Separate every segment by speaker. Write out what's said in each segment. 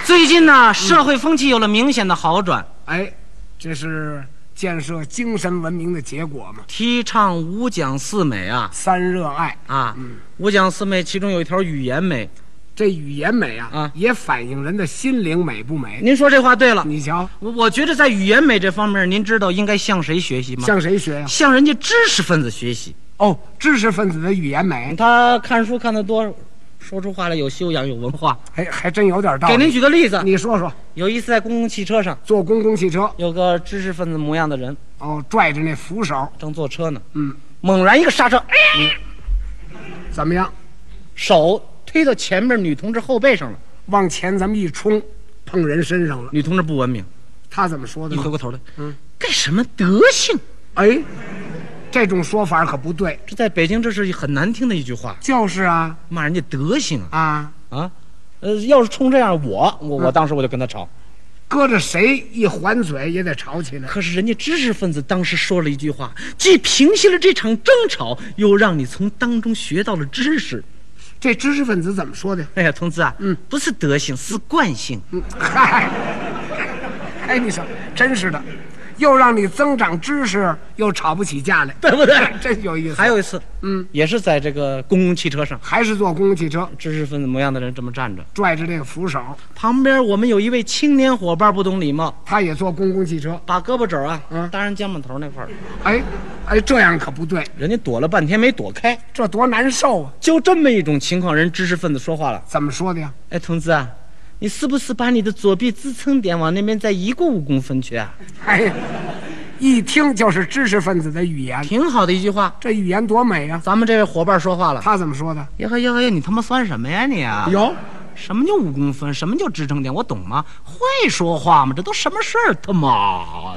Speaker 1: 最近呢，社会风气有了明显的好转。
Speaker 2: 哎，这是建设精神文明的结果嘛？
Speaker 1: 提倡五讲四美啊，
Speaker 2: 三热爱
Speaker 1: 啊，五讲四美，其中有一条语言美。
Speaker 2: 这语言美啊，也反映人的心灵美不美？
Speaker 1: 您说这话对了。
Speaker 2: 你瞧，
Speaker 1: 我觉得在语言美这方面，您知道应该向谁学习吗？
Speaker 2: 向谁学呀？
Speaker 1: 向人家知识分子学习。
Speaker 2: 哦，知识分子的语言美，
Speaker 1: 他看书看得多，说出话来有修养有文化。
Speaker 2: 哎，还真有点道理。
Speaker 1: 给您举个例子，
Speaker 2: 你说说。
Speaker 1: 有一次在公共汽车上，
Speaker 2: 坐公共汽车，
Speaker 1: 有个知识分子模样的人，
Speaker 2: 拽着那扶手，
Speaker 1: 正坐车呢，猛然一个刹车，
Speaker 2: 怎么样？
Speaker 1: 手推到前面女同志后背上了，
Speaker 2: 往前咱们一冲，碰人身上了。
Speaker 1: 女同志不文明，
Speaker 2: 他怎么说的呢？
Speaker 1: 一回过头来，干什么德行？
Speaker 2: 哎，这种说法可不对。
Speaker 1: 这在北京这是很难听的一句话。
Speaker 2: 就是啊，
Speaker 1: 骂人家德行
Speaker 2: 啊。
Speaker 1: 要是冲这样，我当时我就跟他吵。
Speaker 2: 搁着谁一还嘴也得吵起来。
Speaker 1: 可是人家知识分子当时说了一句话，既平息了这场争吵，又让你从当中学到了知识。
Speaker 2: 这知识分子怎么说的？
Speaker 1: 哎呀，同志啊，不是德行，是惯性。
Speaker 2: 嗨，哎，你说真是的，又让你增长知识，又吵不起架来，
Speaker 1: 对不对？
Speaker 2: 真有意思。
Speaker 1: 还有一次，也是在这个公共汽车上，
Speaker 2: 还是坐公共汽车，
Speaker 1: 知识分子模样的人这么站着，
Speaker 2: 拽着这个扶手，
Speaker 1: 旁边我们有一位青年伙伴不懂礼貌，
Speaker 2: 他也坐公共汽车，
Speaker 1: 把胳膊肘搭人肩膀头那块儿。
Speaker 2: 哎，这样可不对，
Speaker 1: 人家躲了半天没躲开，
Speaker 2: 这多难受啊！
Speaker 1: 就这么一种情况，人知识分子说话了，
Speaker 2: 怎么说的呀？
Speaker 1: 哎，同志啊，你是不是把你的左臂支撑点往那边再移过5公分去啊？
Speaker 2: 哎，一听就是知识分子的语言，
Speaker 1: 挺好的一句话。
Speaker 2: 这语言多美啊！
Speaker 1: 咱们这位伙伴说话了，
Speaker 2: 他怎么说的？
Speaker 1: 呀呵呀呵呀，你他妈算什么呀你啊？
Speaker 2: 有。
Speaker 1: 什么叫5公分？什么叫支撑点？我懂吗？会说话吗？这都什么事儿？他妈的！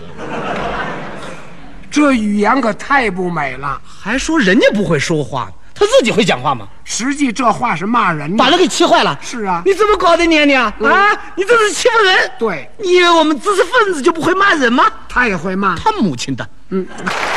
Speaker 2: 这语言可太不美了，
Speaker 1: 还说人家不会说话，他自己会讲话吗？
Speaker 2: 实际这话是骂人的，
Speaker 1: 把他给气坏了。
Speaker 2: 是啊，
Speaker 1: 你怎么搞的你？你这是欺负人！
Speaker 2: 对，
Speaker 1: 你以为我们知识分子就不会骂人吗？
Speaker 2: 他也会骂
Speaker 1: 他母亲的。